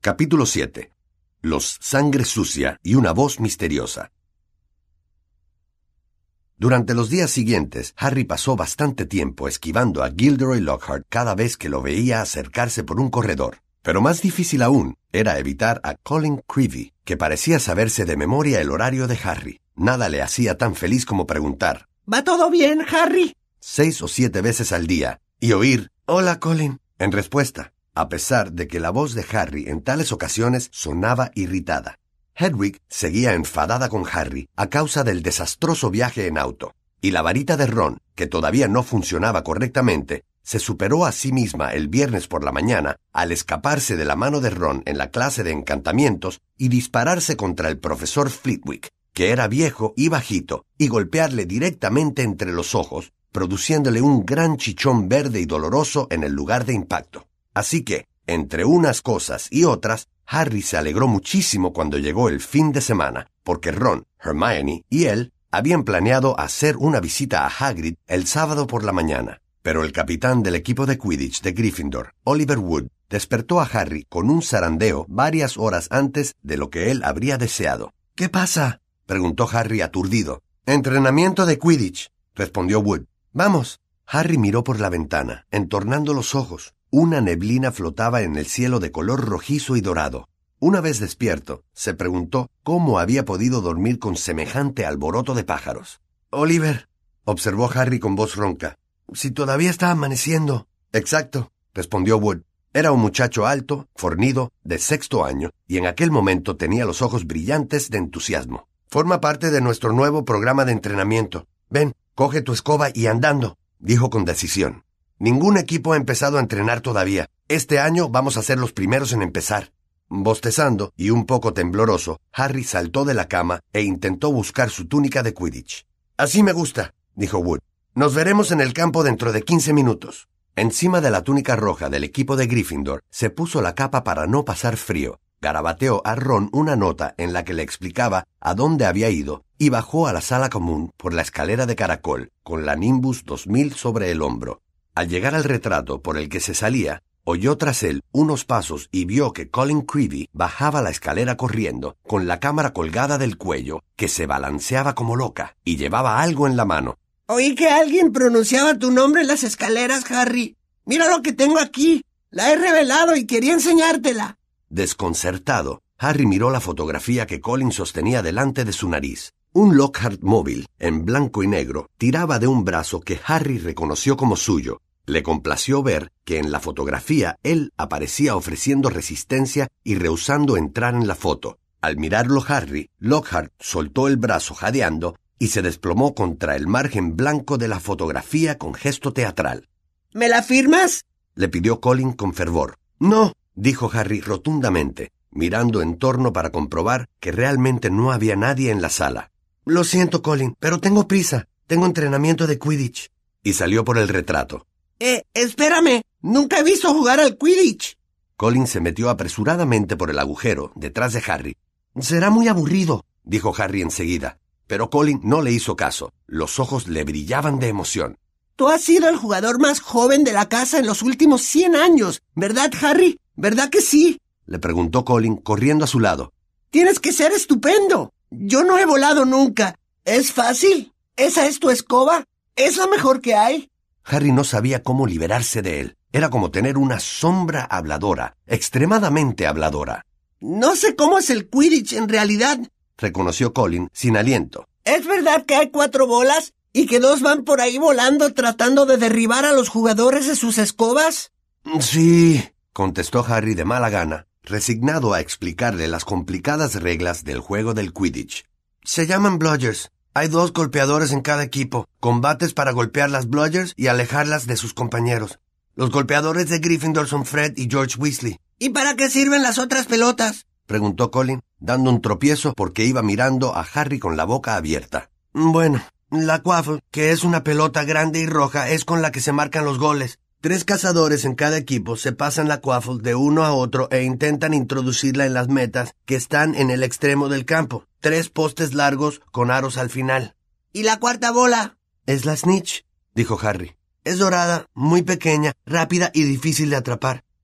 Capítulo 7. Los sangre sucia y una voz misteriosa. Durante los días siguientes, Harry pasó bastante tiempo esquivando a Gilderoy Lockhart cada vez que lo veía acercarse por un corredor. Pero más difícil aún era evitar a Colin Creevey, que parecía saberse de memoria el horario de Harry. Nada le hacía tan feliz como preguntar: ¿Va todo bien, Harry? 6 o 7 veces al día, y oír «Hola, Colin» en respuesta, a pesar de que la voz de Harry en tales ocasiones sonaba irritada. Hedwig seguía enfadada con Harry a causa del desastroso viaje en auto, y la varita de Ron, que todavía no funcionaba correctamente, se superó a sí misma el viernes por la mañana al escaparse de la mano de Ron en la clase de encantamientos y dispararse contra el profesor Flitwick, que era viejo y bajito, y golpearle directamente entre los ojos, produciéndole un gran chichón verde y doloroso en el lugar de impacto. Así que, entre unas cosas y otras, Harry se alegró muchísimo cuando llegó el fin de semana, porque Ron, Hermione y él habían planeado hacer una visita a Hagrid el sábado por la mañana. Pero el capitán del equipo de Quidditch de Gryffindor, Oliver Wood, despertó a Harry con un zarandeo varias horas antes de lo que él habría deseado. «¿Qué pasa?», preguntó Harry aturdido. «Entrenamiento de Quidditch», respondió Wood. «Vamos». Harry miró por la ventana, entornando los ojos. Una neblina flotaba en el cielo de color rojizo y dorado. Una vez despierto, se preguntó cómo había podido dormir con semejante alboroto de pájaros. «Oliver», observó Harry con voz ronca, «si todavía está amaneciendo». «Exacto», respondió Wood. Era un muchacho alto, fornido, de 6º año, y en aquel momento tenía los ojos brillantes de entusiasmo. «Forma parte de nuestro nuevo programa de entrenamiento. Ven, coge tu escoba y andando», dijo con decisión. «Ningún equipo ha empezado a entrenar todavía. Este año vamos a ser los primeros en empezar». Bostezando y un poco tembloroso, Harry saltó de la cama e intentó buscar su túnica de Quidditch. «Así me gusta», dijo Wood. «Nos veremos en el campo dentro de 15 minutos». Encima de la túnica roja del equipo de Gryffindor se puso la capa para no pasar frío, garabateó a Ron una nota en la que le explicaba a dónde había ido y bajó a la sala común por la escalera de caracol, con la Nimbus 2000 sobre el hombro. Al llegar al retrato por el que se salía, oyó tras él unos pasos y vio que Colin Creevey bajaba la escalera corriendo, con la cámara colgada del cuello, que se balanceaba como loca, y llevaba algo en la mano. Oí que alguien pronunciaba tu nombre en las escaleras, Harry. Mira lo que tengo aquí. La he revelado y quería enseñártela. Desconcertado, Harry miró la fotografía que Colin sostenía delante de su nariz. Un Lockhart móvil, en blanco y negro, tiraba de un brazo que Harry reconoció como suyo. Le complació ver que en la fotografía él aparecía ofreciendo resistencia y rehusando entrar en la foto. Al mirarlo Harry, Lockhart soltó el brazo jadeando y se desplomó contra el margen blanco de la fotografía con gesto teatral. ¿Me la firmas?, le pidió Colin con fervor. «No», dijo Harry rotundamente, mirando en torno para comprobar que realmente no había nadie en la sala. «Lo siento, Colin, pero tengo prisa. Tengo entrenamiento de Quidditch». Y salió por el retrato. Espérame. Nunca he visto jugar al Quidditch». Colin se metió apresuradamente por el agujero, detrás de Harry. «Será muy aburrido», dijo Harry enseguida. Pero Colin no le hizo caso. Los ojos le brillaban de emoción. «Tú has sido el jugador más joven de la casa en los últimos 100 años, ¿verdad, Harry? ¿Verdad que sí?», le preguntó Colin, corriendo a su lado. «Tienes que ser estupendo. Yo no he volado nunca. ¿Es fácil? ¿Esa es tu escoba? ¿Es la mejor que hay?». Harry no sabía cómo liberarse de él. Era como tener una sombra habladora, extremadamente habladora. «No sé cómo es el Quidditch en realidad», reconoció Colin sin aliento. «¿Es verdad que hay 4 bolas y que 2 van por ahí volando tratando de derribar a los jugadores de sus escobas?» «Sí», contestó Harry de mala gana, resignado a explicarle las complicadas reglas del juego del Quidditch. «Se llaman bludgers. Hay 2 golpeadores en cada equipo. Combates para golpear las bludgers y alejarlas de sus compañeros. Los golpeadores de Gryffindor son Fred y George Weasley». «¿Y para qué sirven las otras pelotas?», preguntó Colin, dando un tropiezo porque iba mirando a Harry con la boca abierta. «Bueno, la quaffle, que es una pelota grande y roja, es con la que se marcan los goles. 3 cazadores en cada equipo se pasan la quaffle de uno a otro e intentan introducirla en las metas que están en el extremo del campo. 3 postes largos con aros al final». «¿Y la 4ª bola?». «Es la snitch», dijo Harry. «Es dorada, muy pequeña, rápida y difícil de atrapar.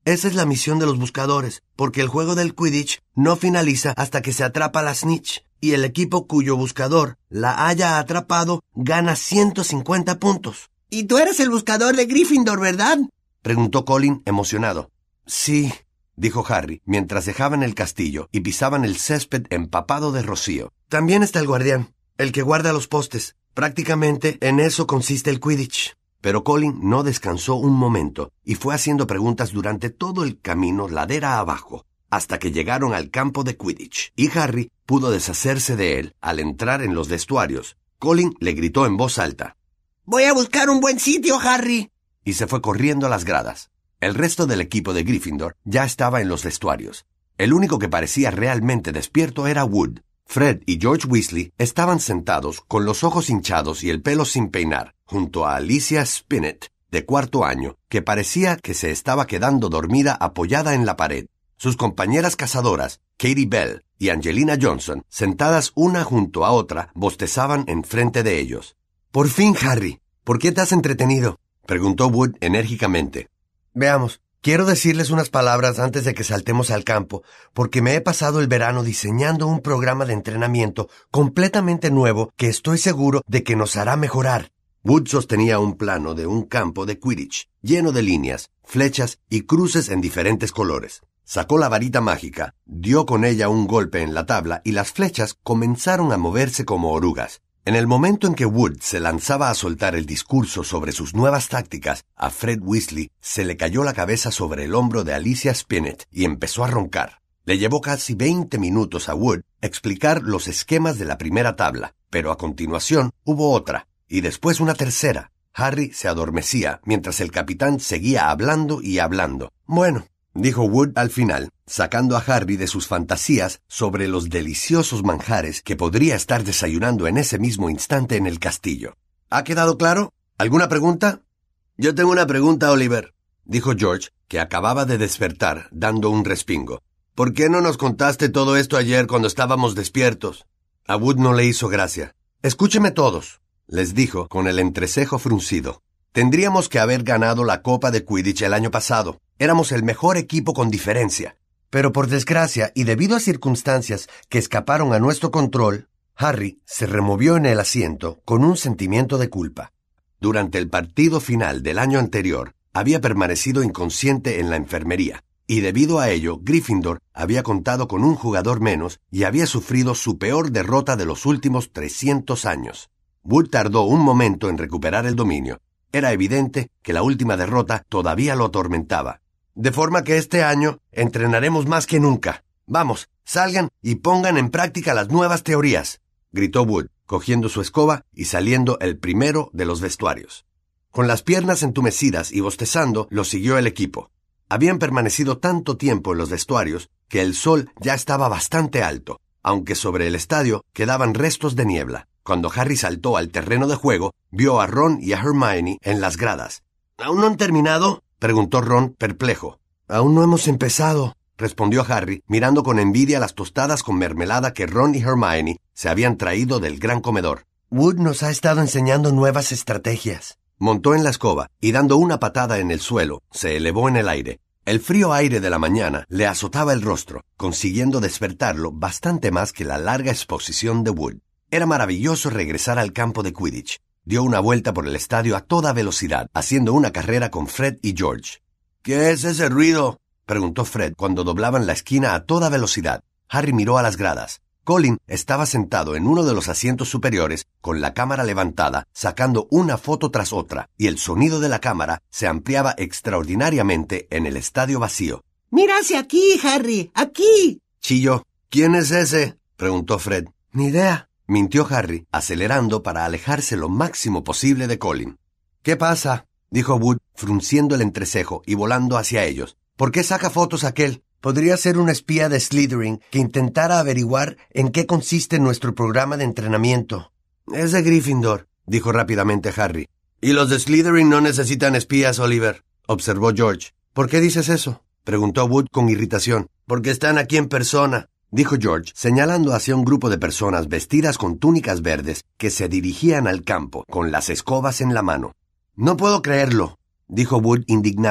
Esa es la misión de los buscadores, porque el juego del Quidditch no finaliza hasta que se atrapa la snitch, y el equipo cuyo buscador la haya atrapado gana 150 puntos. Y tú eres el buscador de Gryffindor, ¿verdad? Preguntó Colin emocionado. Sí, dijo Harry, mientras dejaban el castillo y pisaban el césped empapado de rocío. También está el guardián, el que guarda los postes. Prácticamente en eso consiste el Quidditch. Pero Colin no descansó un momento y fue haciendo preguntas durante todo el camino ladera abajo, hasta que llegaron al campo de Quidditch, y Harry pudo deshacerse de él al entrar en los vestuarios. Colin le gritó en voz alta: «Voy a buscar un buen sitio, Harry», y se fue corriendo a las gradas. El resto del equipo de Gryffindor ya estaba en los vestuarios. El único que parecía realmente despierto era Wood. Fred y George Weasley estaban sentados con los ojos hinchados y el pelo sin peinar, junto a Alicia Spinnet, de cuarto año, que parecía que se estaba quedando dormida apoyada en la pared. Sus compañeras cazadoras, Katie Bell y Angelina Johnson, sentadas una junto a otra, bostezaban enfrente de ellos. «Por fin, Harry, ¿por qué te has entretenido?», preguntó Wood enérgicamente. «Veamos. Quiero decirles unas palabras antes de que saltemos al campo, porque me he pasado el verano diseñando un programa de entrenamiento completamente nuevo que estoy seguro de que nos hará mejorar». Wood sostenía un plano de un campo de Quidditch, lleno de líneas, flechas y cruces en diferentes colores. Sacó la varita mágica, dio con ella un golpe en la tabla y las flechas comenzaron a moverse como orugas. En el momento en que Wood se lanzaba a soltar el discurso sobre sus nuevas tácticas, a Fred Weasley se le cayó la cabeza sobre el hombro de Alicia Spinnet y empezó a roncar. Le llevó casi 20 minutos a Wood explicar los esquemas de la primera tabla, pero a continuación hubo otra, y después una tercera. Harry se adormecía mientras el capitán seguía hablando y hablando. «Bueno», dijo Wood al final, sacando a Harry de sus fantasías sobre los deliciosos manjares que podría estar desayunando en ese mismo instante en el castillo. «¿Ha quedado claro? ¿Alguna pregunta?» «Yo tengo una pregunta, Oliver», dijo George, que acababa de despertar, dando un respingo. «¿Por qué no nos contaste todo esto ayer cuando estábamos despiertos?» A Wood no le hizo gracia. «Escúcheme todos», les dijo con el entrecejo fruncido. «Tendríamos que haber ganado la Copa de Quidditch el año pasado. Éramos el mejor equipo con diferencia. Pero por desgracia y debido a circunstancias que escaparon a nuestro control», Harry se removió en el asiento con un sentimiento de culpa. Durante el partido final del año anterior, había permanecido inconsciente en la enfermería, y debido a ello, Gryffindor había contado con un jugador menos y había sufrido su peor derrota de los últimos 300 años. Wood tardó un momento en recuperar el dominio. Era evidente que la última derrota todavía lo atormentaba. «De forma que este año entrenaremos más que nunca. Vamos, salgan y pongan en práctica las nuevas teorías», gritó Wood, cogiendo su escoba y saliendo el primero de los vestuarios. Con las piernas entumecidas y bostezando, lo siguió el equipo. Habían permanecido tanto tiempo en los vestuarios que el sol ya estaba bastante alto, aunque sobre el estadio quedaban restos de niebla. Cuando Harry saltó al terreno de juego, vio a Ron y a Hermione en las gradas. «¿Aún no han terminado?», preguntó Ron, perplejo. «Aún no hemos empezado», respondió Harry, mirando con envidia las tostadas con mermelada que Ron y Hermione se habían traído del gran comedor. «Wood nos ha estado enseñando nuevas estrategias». Montó en la escoba y dando una patada en el suelo, se elevó en el aire. El frío aire de la mañana le azotaba el rostro, consiguiendo despertarlo bastante más que la larga exposición de Wood. Era maravilloso regresar al campo de Quidditch. Dio una vuelta por el estadio a toda velocidad, haciendo una carrera con Fred y George. «¿Qué es ese ruido?», preguntó Fred cuando doblaban la esquina a toda velocidad. Harry miró a las gradas. Colin estaba sentado en uno de los asientos superiores, con la cámara levantada, sacando una foto tras otra, y el sonido de la cámara se ampliaba extraordinariamente en el estadio vacío. «Mira hacia aquí, Harry, aquí», chilló. «¿Quién es ese?», preguntó Fred. «Ni idea», mintió Harry, acelerando para alejarse lo máximo posible de Colin. «¿Qué pasa?», dijo Wood, frunciendo el entrecejo y volando hacia ellos. «¿Por qué saca fotos aquel? Podría ser un espía de Slytherin que intentara averiguar en qué consiste nuestro programa de entrenamiento». «Es de Gryffindor», dijo rápidamente Harry. «Y los de Slytherin no necesitan espías, Oliver», observó George. «¿Por qué dices eso?», preguntó Wood con irritación. «Porque están aquí en persona», dijo George, señalando hacia un grupo de personas vestidas con túnicas verdes que se dirigían al campo, con las escobas en la mano. «No puedo creerlo», dijo Wood indignado.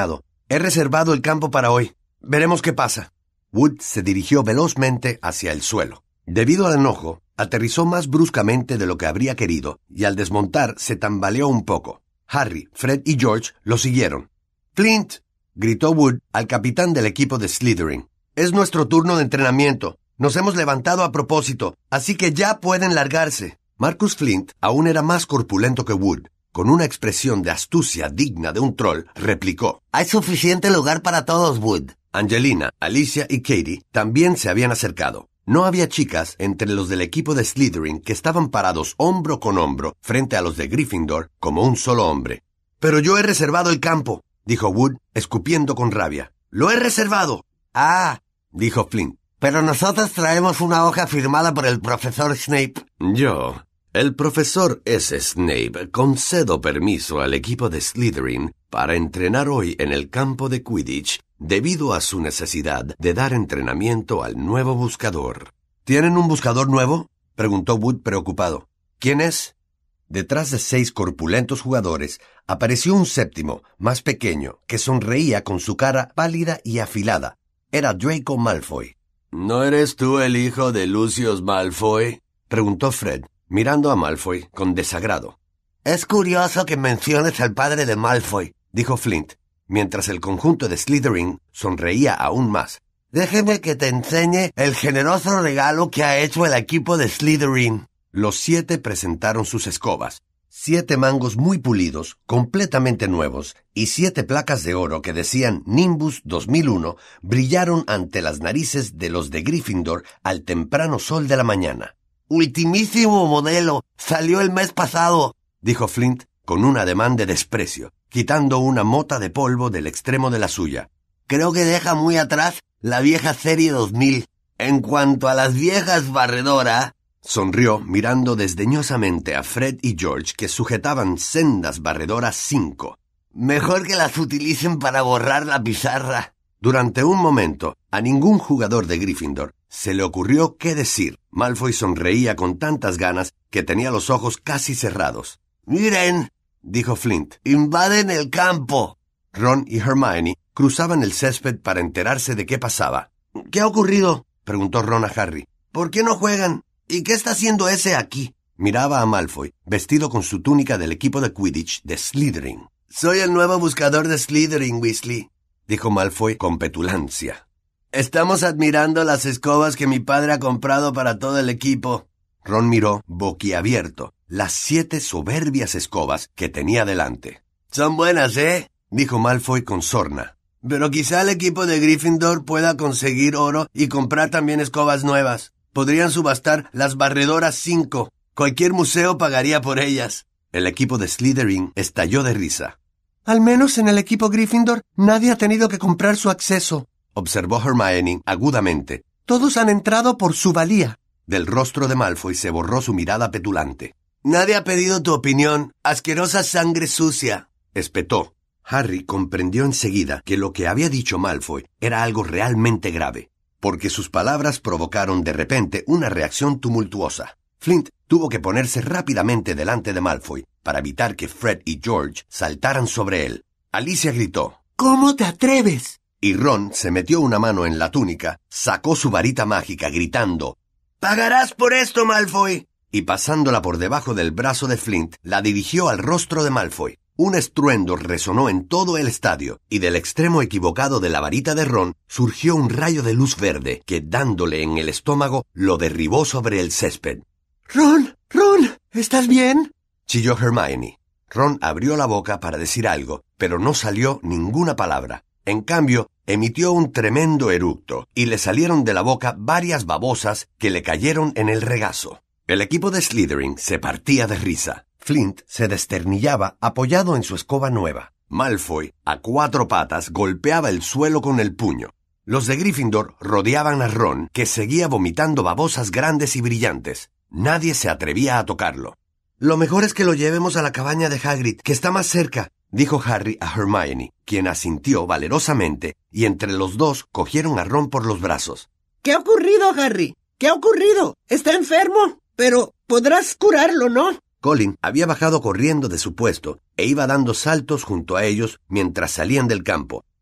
He reservado el campo para hoy. Veremos qué pasa. Wood se dirigió velozmente hacia el suelo. Debido al enojo, aterrizó más bruscamente de lo que habría querido y al desmontar se tambaleó un poco. Harry, Fred y George lo siguieron. «Flint», gritó Wood al capitán del equipo de Slytherin. «Es nuestro turno de entrenamiento. Nos hemos levantado a propósito, así que ya pueden largarse». Marcus Flint aún era más corpulento que Wood. Con una expresión de astucia digna de un troll, replicó: «Hay suficiente lugar para todos, Wood». Angelina, Alicia y Katie también se habían acercado. No había chicas entre los del equipo de Slytherin que estaban parados hombro con hombro frente a los de Gryffindor como un solo hombre. «Pero yo he reservado el campo», dijo Wood, escupiendo con rabia. «¡Lo he reservado!» «Ah», dijo Flint. «pero nosotros traemos una hoja firmada por el profesor Snape». «Yo, el profesor S. Snape, concedo permiso al equipo de Slytherin para entrenar hoy en el campo de Quidditch debido a su necesidad de dar entrenamiento al nuevo buscador». «¿Tienen un buscador nuevo?», preguntó Wood preocupado. «¿Quién es?». Detrás de 6 corpulentos jugadores apareció un séptimo, más pequeño, que sonreía con su cara pálida y afilada. Era Draco Malfoy. «¿No eres tú el hijo de Lucius Malfoy?», preguntó Fred, mirando a Malfoy con desagrado. «Es curioso que menciones al padre de Malfoy», dijo Flint, mientras el conjunto de Slytherin sonreía aún más. «Déjeme que te enseñe el generoso regalo que ha hecho el equipo de Slytherin». Los 7 presentaron sus escobas. 7 mangos muy pulidos, completamente nuevos, y 7 placas de oro que decían Nimbus 2001 brillaron ante las narices de los de Gryffindor al temprano sol de la mañana. «Ultimísimo modelo. Salió el mes pasado», dijo Flint con un ademán de desprecio, quitando una mota de polvo del extremo de la suya. «Creo que deja muy atrás la vieja serie 2000. En cuanto a las viejas barredora», sonrió mirando desdeñosamente a Fred y George que sujetaban sendas barredoras 5. «mejor que las utilicen para borrar la pizarra». Durante un momento, a ningún jugador de Gryffindor se le ocurrió qué decir. Malfoy sonreía con tantas ganas que tenía los ojos casi cerrados. «Miren», dijo Flint. «invaden el campo». Ron y Hermione cruzaban el césped para enterarse de qué pasaba. «¿Qué ha ocurrido?», preguntó Ron a Harry. «¿Por qué no juegan? ¿Y qué está haciendo ese aquí?». Miraba a Malfoy, vestido con su túnica del equipo de Quidditch de Slytherin. «Soy el nuevo buscador de Slytherin, Weasley», dijo Malfoy con petulancia. «Estamos admirando las escobas que mi padre ha comprado para todo el equipo». Ron miró, boquiabierto, las 7 soberbias escobas que tenía delante. «Son buenas, dijo Malfoy con sorna. «Pero quizá el equipo de Gryffindor pueda conseguir oro y comprar también escobas nuevas. Podrían subastar las barredoras 5. Cualquier museo pagaría por ellas». El equipo de Slytherin estalló de risa. «Al menos en el equipo Gryffindor nadie ha tenido que comprar su acceso», observó Hermione agudamente. «Todos han entrado por su valía». Del rostro de Malfoy se borró su mirada petulante. «Nadie ha pedido tu opinión, asquerosa sangre sucia», espetó. Harry comprendió enseguida que lo que había dicho Malfoy era algo realmente grave, porque sus palabras provocaron de repente una reacción tumultuosa. Flint tuvo que ponerse rápidamente delante de Malfoy para evitar que Fred y George saltaran sobre él. Alicia gritó: «¿Cómo te atreves?». Y Ron se metió una mano en la túnica, sacó su varita mágica gritando: «¡Pagarás por esto, Malfoy!». Y pasándola por debajo del brazo de Flint, la dirigió al rostro de Malfoy. Un estruendo resonó en todo el estadio, y del extremo equivocado de la varita de Ron surgió un rayo de luz verde que, dándole en el estómago, lo derribó sobre el césped. «Ron, ¿estás bien?», chilló Hermione. Ron abrió la boca para decir algo, pero no salió ninguna palabra. En cambio, emitió un tremendo eructo, y le salieron de la boca varias babosas que le cayeron en el regazo. El equipo de Slytherin se partía de risa. Flint se desternillaba apoyado en su escoba nueva. Malfoy, a 4 patas, golpeaba el suelo con el puño. Los de Gryffindor rodeaban a Ron, que seguía vomitando babosas grandes y brillantes. Nadie se atrevía a tocarlo. «Lo mejor es que lo llevemos a la cabaña de Hagrid, que está más cerca», dijo Harry a Hermione, quien asintió valerosamente, y entre los dos cogieron a Ron por los brazos. «¿Qué ha ocurrido, Harry? ¿Qué ha ocurrido? ¿Está enfermo? Pero podrás curarlo, ¿no?». Colin había bajado corriendo de su puesto e iba dando saltos junto a ellos mientras salían del campo.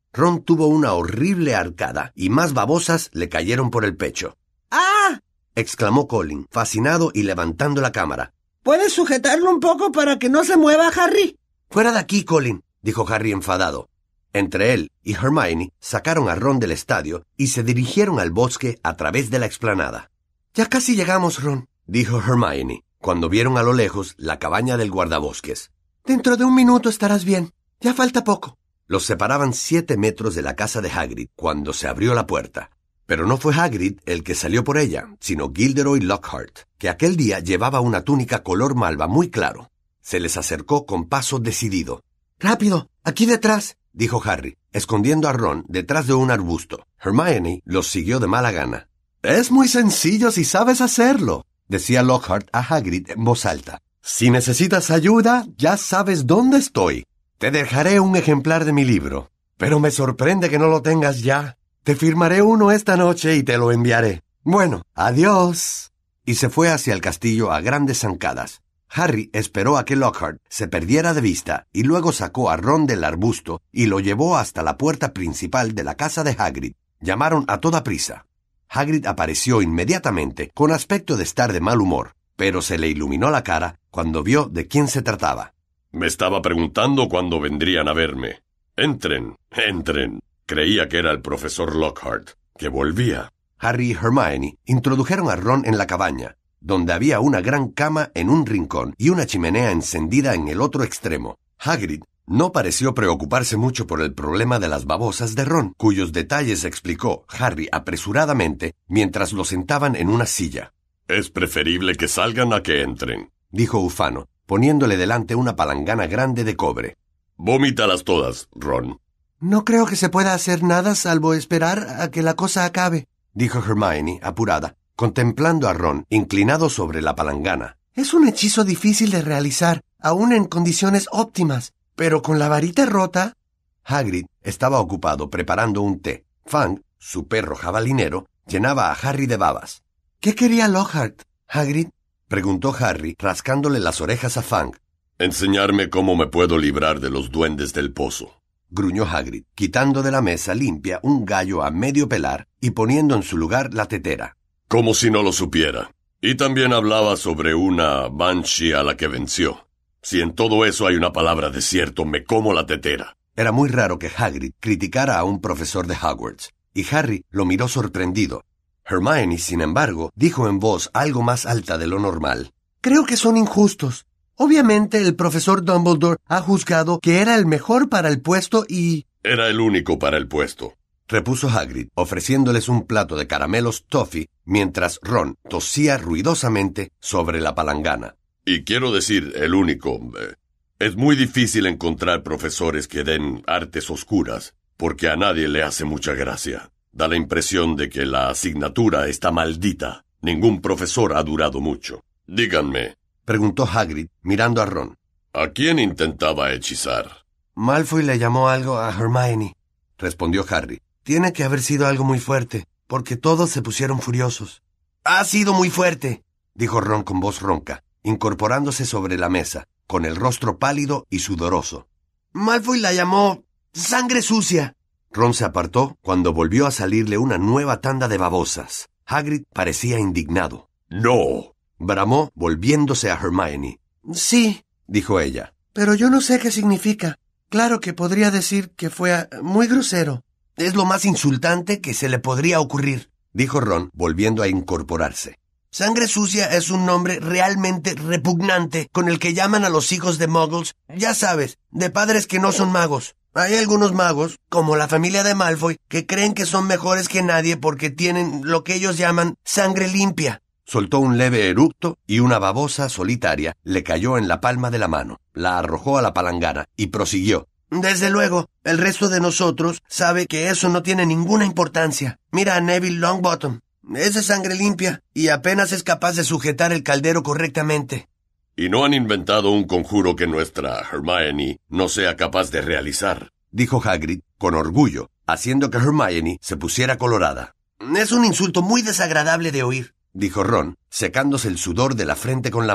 Ron tuvo una horrible arcada y más babosas le cayeron por el pecho. ¡Ah! Exclamó Colin, fascinado y levantando la cámara. ¿Puedes sujetarlo un poco para que no se mueva, Harry? Fuera de aquí, Colin, dijo Harry enfadado. Entre él y Hermione sacaron a Ron del estadio y se dirigieron al bosque a través de la explanada. Ya casi llegamos, Ron, dijo Hermione, cuando vieron a lo lejos la cabaña del guardabosques. Dentro de un minuto estarás bien. Ya falta poco. Los separaban 7 metros de la casa de Hagrid cuando se abrió la puerta. Pero no fue Hagrid el que salió por ella, sino Gilderoy Lockhart, que aquel día llevaba una túnica color malva muy claro. Se les acercó con paso decidido. «¡Rápido! ¡Aquí detrás!», dijo Harry, escondiendo a Ron detrás de un arbusto. Hermione los siguió de mala gana. «Es muy sencillo si sabes hacerlo», decía Lockhart a Hagrid en voz alta. «Si necesitas ayuda, ya sabes dónde estoy. Te dejaré un ejemplar de mi libro, pero me sorprende que no lo tengas ya. Te firmaré uno esta noche y te lo enviaré. Bueno, adiós». Y se fue hacia el castillo a grandes zancadas. Harry esperó a que Lockhart se perdiera de vista y luego sacó a Ron del arbusto y lo llevó hasta la puerta principal de la casa de Hagrid. Llamaron a toda prisa. Hagrid apareció inmediatamente con aspecto de estar de mal humor, pero se le iluminó la cara cuando vio de quién se trataba. Me estaba preguntando cuándo vendrían a verme. Entren, entren. Creía que era el profesor Lockhart, que volvía. Harry y Hermione introdujeron a Ron en la cabaña, donde había una gran cama en un rincón y una chimenea encendida en el otro extremo. Hagrid no pareció preocuparse mucho por el problema de las babosas de Ron, cuyos detalles explicó Harry apresuradamente mientras lo sentaban en una silla. «Es preferible que salgan a que entren», dijo Ufano, poniéndole delante una palangana grande de cobre. «Vomítalas todas, Ron». «No creo que se pueda hacer nada salvo esperar a que la cosa acabe», dijo Hermione, apurada, contemplando a Ron inclinado sobre la palangana. «Es un hechizo difícil de realizar, aún en condiciones óptimas, pero con la varita rota...» Hagrid estaba ocupado preparando un té. Fang, su perro jabalinero, llenaba a Harry de babas. «¿Qué quería Lockhart, Hagrid?», preguntó Harry, rascándole las orejas a Fang. «Enseñarme cómo me puedo librar de los duendes del pozo», gruñó Hagrid, quitando de la mesa limpia un gallo a medio pelar y poniendo en su lugar la tetera. «Como si no lo supiera. Y también hablaba sobre una banshee a la que venció. Si en todo eso hay una palabra de cierto, me como la tetera». Era muy raro que Hagrid criticara a un profesor de Hogwarts, y Harry lo miró sorprendido. Hermione, sin embargo, dijo en voz algo más alta de lo normal. «Creo que son injustos. Obviamente el profesor Dumbledore ha juzgado que era el mejor para el puesto y...» «Era el único para el puesto», repuso Hagrid, ofreciéndoles un plato de caramelos toffee mientras Ron tosía ruidosamente sobre la palangana. «Y quiero decir, el único. Es muy difícil encontrar profesores que den artes oscuras, porque a nadie le hace mucha gracia. Da la impresión de que la asignatura está maldita. Ningún profesor ha durado mucho. Díganme», preguntó Hagrid, mirando a Ron. «¿A quién intentaba hechizar?» «Malfoy le llamó algo a Hermione», respondió Harry. «Tiene que haber sido algo muy fuerte, porque todos se pusieron furiosos». «Ha sido muy fuerte», dijo Ron con voz ronca, incorporándose sobre la mesa, con el rostro pálido y sudoroso. «Malfoy la llamó sangre sucia». Ron se apartó cuando volvió a salirle una nueva tanda de babosas. Hagrid parecía indignado. «No», bramó, volviéndose a Hermione. «Sí», dijo ella. «pero yo no sé qué significa. Claro que podría decir que fue muy grosero». «Es lo más insultante que se le podría ocurrir», dijo Ron, volviendo a incorporarse. «Sangre sucia es un nombre realmente repugnante con el que llaman a los hijos de muggles, ya sabes, de padres que no son magos. Hay algunos magos, como la familia de Malfoy, que creen que son mejores que nadie porque tienen lo que ellos llaman sangre limpia». Soltó un leve eructo y una babosa solitaria le cayó en la palma de la mano. La arrojó a la palangana y prosiguió. «Desde luego, el resto de nosotros sabe que eso no tiene ninguna importancia. Mira a Neville Longbottom. Es de sangre limpia y apenas es capaz de sujetar el caldero correctamente». «Y no han inventado un conjuro que nuestra Hermione no sea capaz de realizar», dijo Hagrid con orgullo, haciendo que Hermione se pusiera colorada. «Es un insulto muy desagradable de oír», dijo Ron, secándose el sudor de la frente con la mano.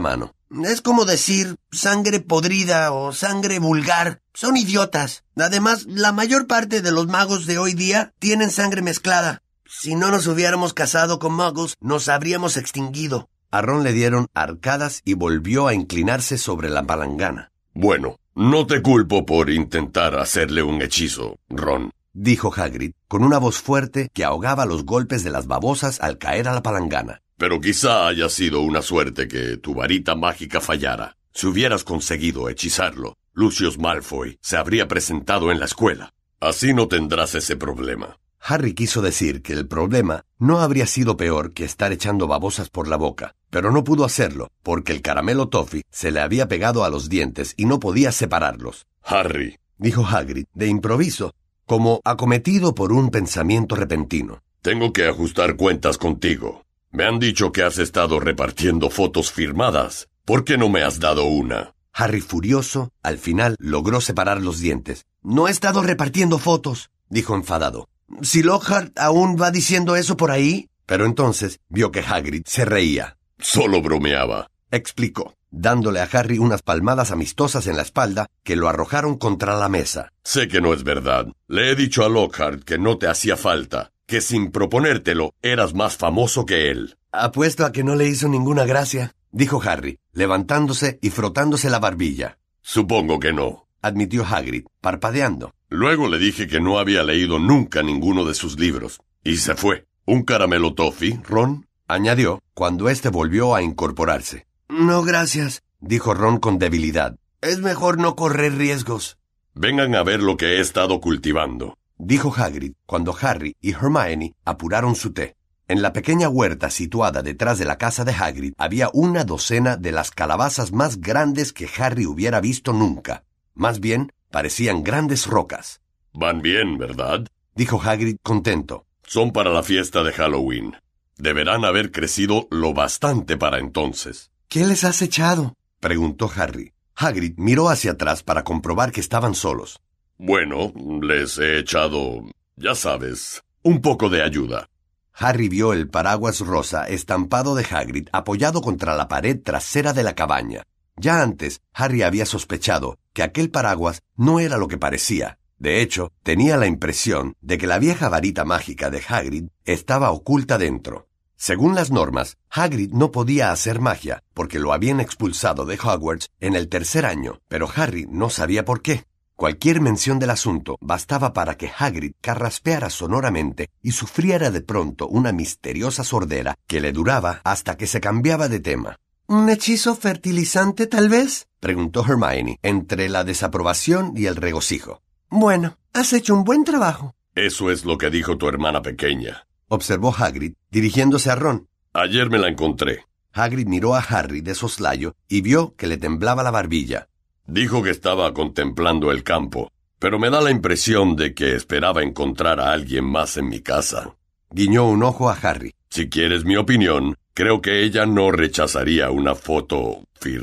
Es como decir sangre podrida o sangre vulgar. Son idiotas. Además, la mayor parte de los magos de hoy día tienen sangre mezclada. Si no nos hubiéramos casado con muggles, nos habríamos extinguido. A Ron le dieron arcadas y volvió a inclinarse sobre la palangana. Bueno, no te culpo por intentar hacerle un hechizo, Ron, dijo Hagrid, con una voz fuerte que ahogaba los golpes de las babosas al caer a la palangana. Pero quizá haya sido una suerte que tu varita mágica fallara. Si hubieras conseguido hechizarlo, Lucius Malfoy se habría presentado en la escuela. Así no tendrás ese problema. Harry quiso decir que el problema no habría sido peor que estar echando babosas por la boca, pero no pudo hacerlo porque el caramelo toffee se le había pegado a los dientes y no podía separarlos. Harry, dijo Hagrid de improviso, como acometido por un pensamiento repentino. Tengo que ajustar cuentas contigo. Me han dicho que has estado repartiendo fotos firmadas. ¿Por qué no me has dado una? Harry, furioso, al final logró separar los dientes. No he estado repartiendo fotos, dijo enfadado. Si Lockhart aún va diciendo eso por ahí. Pero entonces vio que Hagrid se reía. Solo bromeaba, explicó, dándole a Harry unas palmadas amistosas en la espalda que lo arrojaron contra la mesa. Sé que no es verdad. Le he dicho a Lockhart que no te hacía falta, que sin proponértelo eras más famoso que él. Apuesto a que no le hizo ninguna gracia, dijo Harry, levantándose y frotándose la barbilla. Supongo que no, admitió Hagrid, parpadeando. Luego le dije que no había leído nunca ninguno de sus libros, y se fue. ¿Un caramelo toffee, Ron?, añadió, cuando éste volvió a incorporarse. No, gracias, dijo Ron con debilidad. Es mejor no correr riesgos. Vengan a ver lo que he estado cultivando, dijo Hagrid, cuando Harry y Hermione apuraron su té. En la pequeña huerta situada detrás de la casa de Hagrid había una docena de las calabazas más grandes que Harry hubiera visto nunca. Más bien, parecían grandes rocas. Van bien, ¿verdad?, dijo Hagrid contento. Son para la fiesta de Halloween. Deberán haber crecido lo bastante para entonces. ¿Qué les has echado?, preguntó Harry. Hagrid miró hacia atrás para comprobar que estaban solos. Bueno, les he echado, ya sabes, un poco de ayuda. Harry vio el paraguas rosa estampado de Hagrid apoyado contra la pared trasera de la cabaña. Ya antes, Harry había sospechado que aquel paraguas no era lo que parecía. De hecho, tenía la impresión de que la vieja varita mágica de Hagrid estaba oculta dentro. Según las normas, Hagrid no podía hacer magia porque lo habían expulsado de Hogwarts en el 3er año, pero Harry no sabía por qué. Cualquier mención del asunto bastaba para que Hagrid carraspeara sonoramente y sufriera de pronto una misteriosa sordera que le duraba hasta que se cambiaba de tema. ¿Un hechizo fertilizante, tal vez?, preguntó Hermione, entre la desaprobación y el regocijo. Bueno, has hecho un buen trabajo. Eso es lo que dijo tu hermana pequeña, observó Hagrid, dirigiéndose a Ron. Ayer me la encontré. Hagrid miró a Harry de soslayo y vio que le temblaba la barbilla. Dijo que estaba contemplando el campo, pero me da la impresión de que esperaba encontrar a alguien más en mi casa. Guiñó un ojo a Harry. Si quieres mi opinión, creo que ella no rechazaría una foto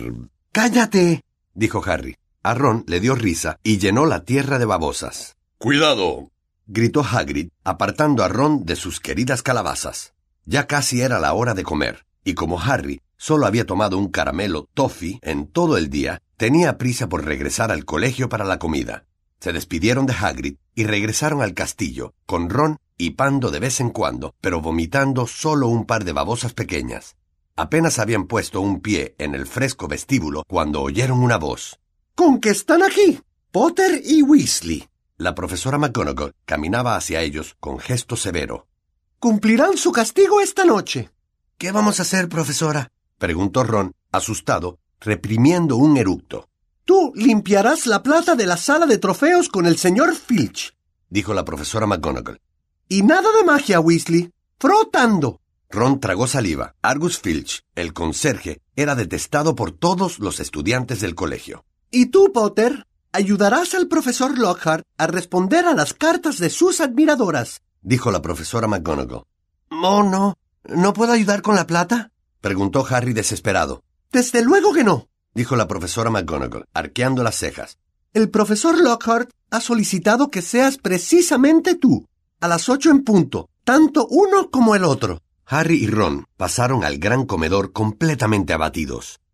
¡Cállate!, dijo Harry. A Ron le dio risa y llenó la tierra de babosas. ¡Cuidado!, gritó Hagrid, apartando a Ron de sus queridas calabazas. Ya casi era la hora de comer, y como Harry solo había tomado un caramelo toffee en todo el día, tenía prisa por regresar al colegio para la comida. Se despidieron de Hagrid y regresaron al castillo, con Ron hipando de vez en cuando, pero vomitando solo un par de babosas pequeñas. Apenas habían puesto un pie en el fresco vestíbulo cuando oyeron una voz. ¿Con qué están aquí? Potter y Weasley. La profesora McGonagall caminaba hacia ellos con gesto severo. Cumplirán su castigo esta noche. ¿Qué vamos a hacer, profesora?, preguntó Ron, asustado, reprimiendo un eructo. Tú limpiarás la plata de la sala de trofeos con el señor Filch, dijo la profesora McGonagall. Y nada de magia, Weasley. Frotando. Ron tragó saliva. Argus Filch, el conserje, era detestado por todos los estudiantes del colegio. Y tú, Potter, ayudarás al profesor Lockhart a responder a las cartas de sus admiradoras, dijo la profesora McGonagall. Oh, no. ¿No puedo ayudar con la plata?, preguntó Harry desesperado. Desde luego que no, dijo la profesora McGonagall, arqueando las cejas. El profesor Lockhart ha solicitado que seas precisamente tú, a las 8 en punto, tanto uno como el otro. Harry y Ron pasaron al gran comedor completamente abatidos.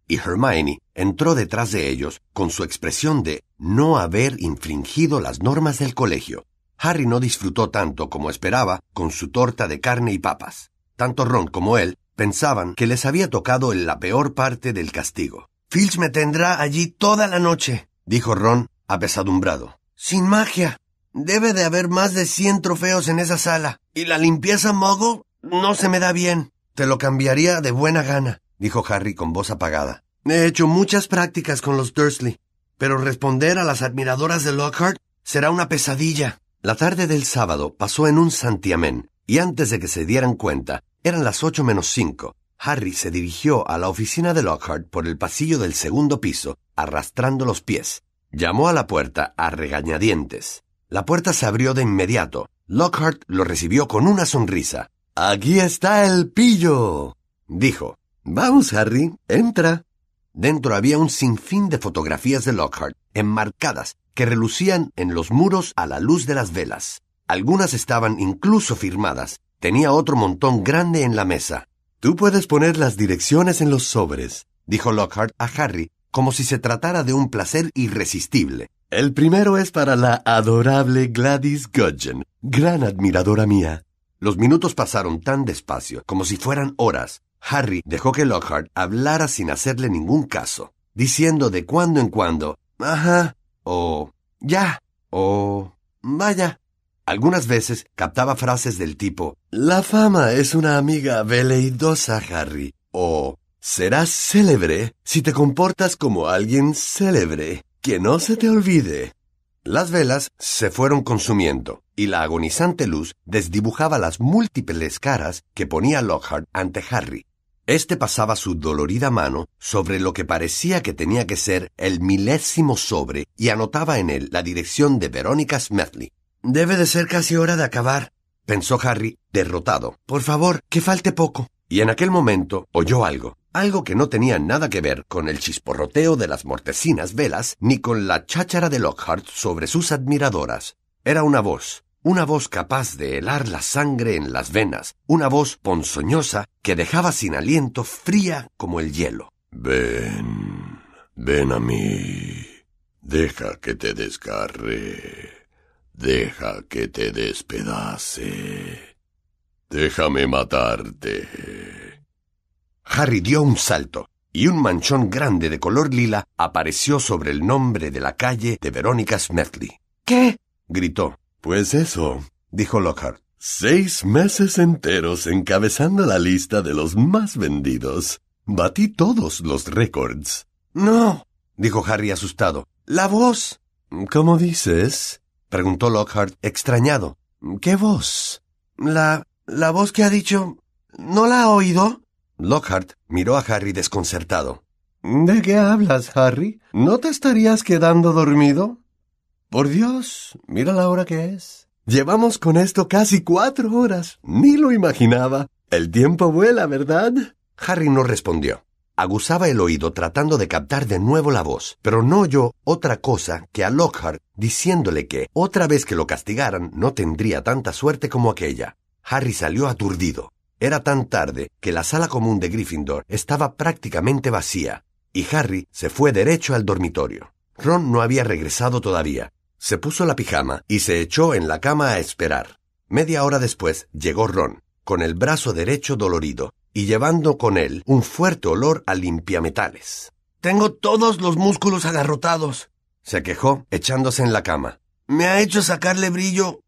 y Hermione entró detrás de ellos con su expresión de no haber infringido las normas del colegio. Harry no disfrutó tanto como esperaba con su torta de carne y papas. Tanto Ron como él pensaban que les había tocado la peor parte del castigo. Filch me tendrá allí toda la noche, dijo Ron apesadumbrado. Sin magia. Debe de haber más de 100 trofeos en esa sala. Y la limpieza Muggle no se me da bien. Te lo cambiaría de buena gana, dijo Harry con voz apagada. He hecho muchas prácticas con los Dursley, pero responder a las admiradoras de Lockhart será una pesadilla. La tarde del sábado pasó en un santiamén, y antes de que se dieran cuenta, eran las 8:05. Harry se dirigió a la oficina de Lockhart por el pasillo del segundo piso, arrastrando los pies. Llamó a la puerta a regañadientes. La puerta se abrió de inmediato. Lockhart lo recibió con una sonrisa. «Aquí está el pillo», dijo. «Vamos, Harry, entra». Dentro había un sinfín de fotografías de Lockhart, enmarcadas, que relucían en los muros a la luz de las velas. Algunas estaban incluso firmadas. Tenía otro montón grande en la mesa. «Tú puedes poner las direcciones en los sobres», dijo Lockhart a Harry, como si se tratara de un placer irresistible. «El primero es para la adorable Gladys Gudgeon, gran admiradora mía». Los minutos pasaron tan despacio, como si fueran horas. Harry dejó que Lockhart hablara sin hacerle ningún caso, diciendo de cuando en cuando, «Ajá», o «ya», o «vaya». Algunas veces captaba frases del tipo, «La fama es una amiga veleidosa, Harry», o «serás célebre si te comportas como alguien célebre, que no se te olvide». Las velas se fueron consumiendo, y la agonizante luz desdibujaba las múltiples caras que ponía Lockhart ante Harry. Este pasaba su dolorida mano sobre lo que parecía que tenía que ser el 1000º sobre y anotaba en él la dirección de Verónica Smethly. «Debe de ser casi hora de acabar», pensó Harry, derrotado. «Por favor, que falte poco». Y en aquel momento oyó algo que no tenía nada que ver con el chisporroteo de las mortecinas velas ni con la cháchara de Lockhart sobre sus admiradoras. Era una voz capaz de helar la sangre en las venas, una voz ponzoñosa que dejaba sin aliento, fría como el hielo. Ven a mí, deja que te desgarre. Deja que te despedace. Déjame matarte». Harry dio un salto, y un manchón grande de color lila apareció sobre el nombre de la calle de Verónica Smethly. «¿Qué?», gritó. «Pues eso», dijo Lockhart. 6 meses enteros encabezando la lista de los más vendidos. Batí todos los récords». «No», dijo Harry asustado. «La voz». «¿Cómo dices?», preguntó Lockhart extrañado. «¿Qué voz?». La voz que ha dicho... ¿No la ha oído?» Lockhart miró a Harry desconcertado. «¿De qué hablas, Harry? ¿No te estarías quedando dormido? Por Dios, mira la hora que es. Llevamos con esto casi 4 horas. Ni lo imaginaba. El tiempo vuela, ¿verdad?» Harry no respondió. Aguzaba el oído tratando de captar de nuevo la voz, pero no oyó otra cosa que a Lockhart diciéndole que, otra vez que lo castigaran, no tendría tanta suerte como aquella. Harry salió aturdido. Era tan tarde que la sala común de Gryffindor estaba prácticamente vacía, y Harry se fue derecho al dormitorio. Ron no había regresado todavía. Se puso la pijama y se echó en la cama a esperar. Media hora después llegó Ron, con el brazo derecho dolorido, y llevando con él un fuerte olor a limpiametales. «Tengo todos los músculos agarrotados», se quejó, echándose en la cama. «Me ha hecho sacarle brillo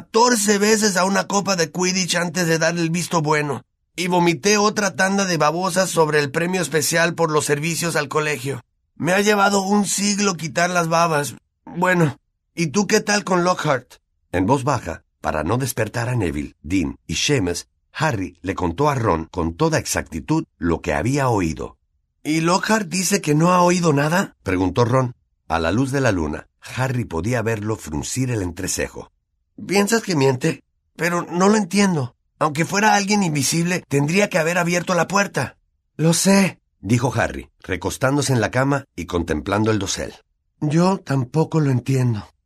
14 veces a una copa de Quidditch antes de darle el visto bueno. Y vomité otra tanda de babosas sobre el premio especial por los servicios al colegio. Me ha llevado un siglo quitar las babas. Bueno, ¿y tú qué tal con Lockhart?». En voz baja, para no despertar a Neville, Dean y Seamus, Harry le contó a Ron con toda exactitud lo que había oído. «¿Y Lockhart dice que no ha oído nada?», preguntó Ron. A la luz de la luna, Harry podía verlo fruncir el entrecejo. «¿Piensas que miente? Pero no lo entiendo. Aunque fuera alguien invisible, tendría que haber abierto la puerta». «Lo sé», dijo Harry, recostándose en la cama y contemplando el dosel. «Yo tampoco lo entiendo».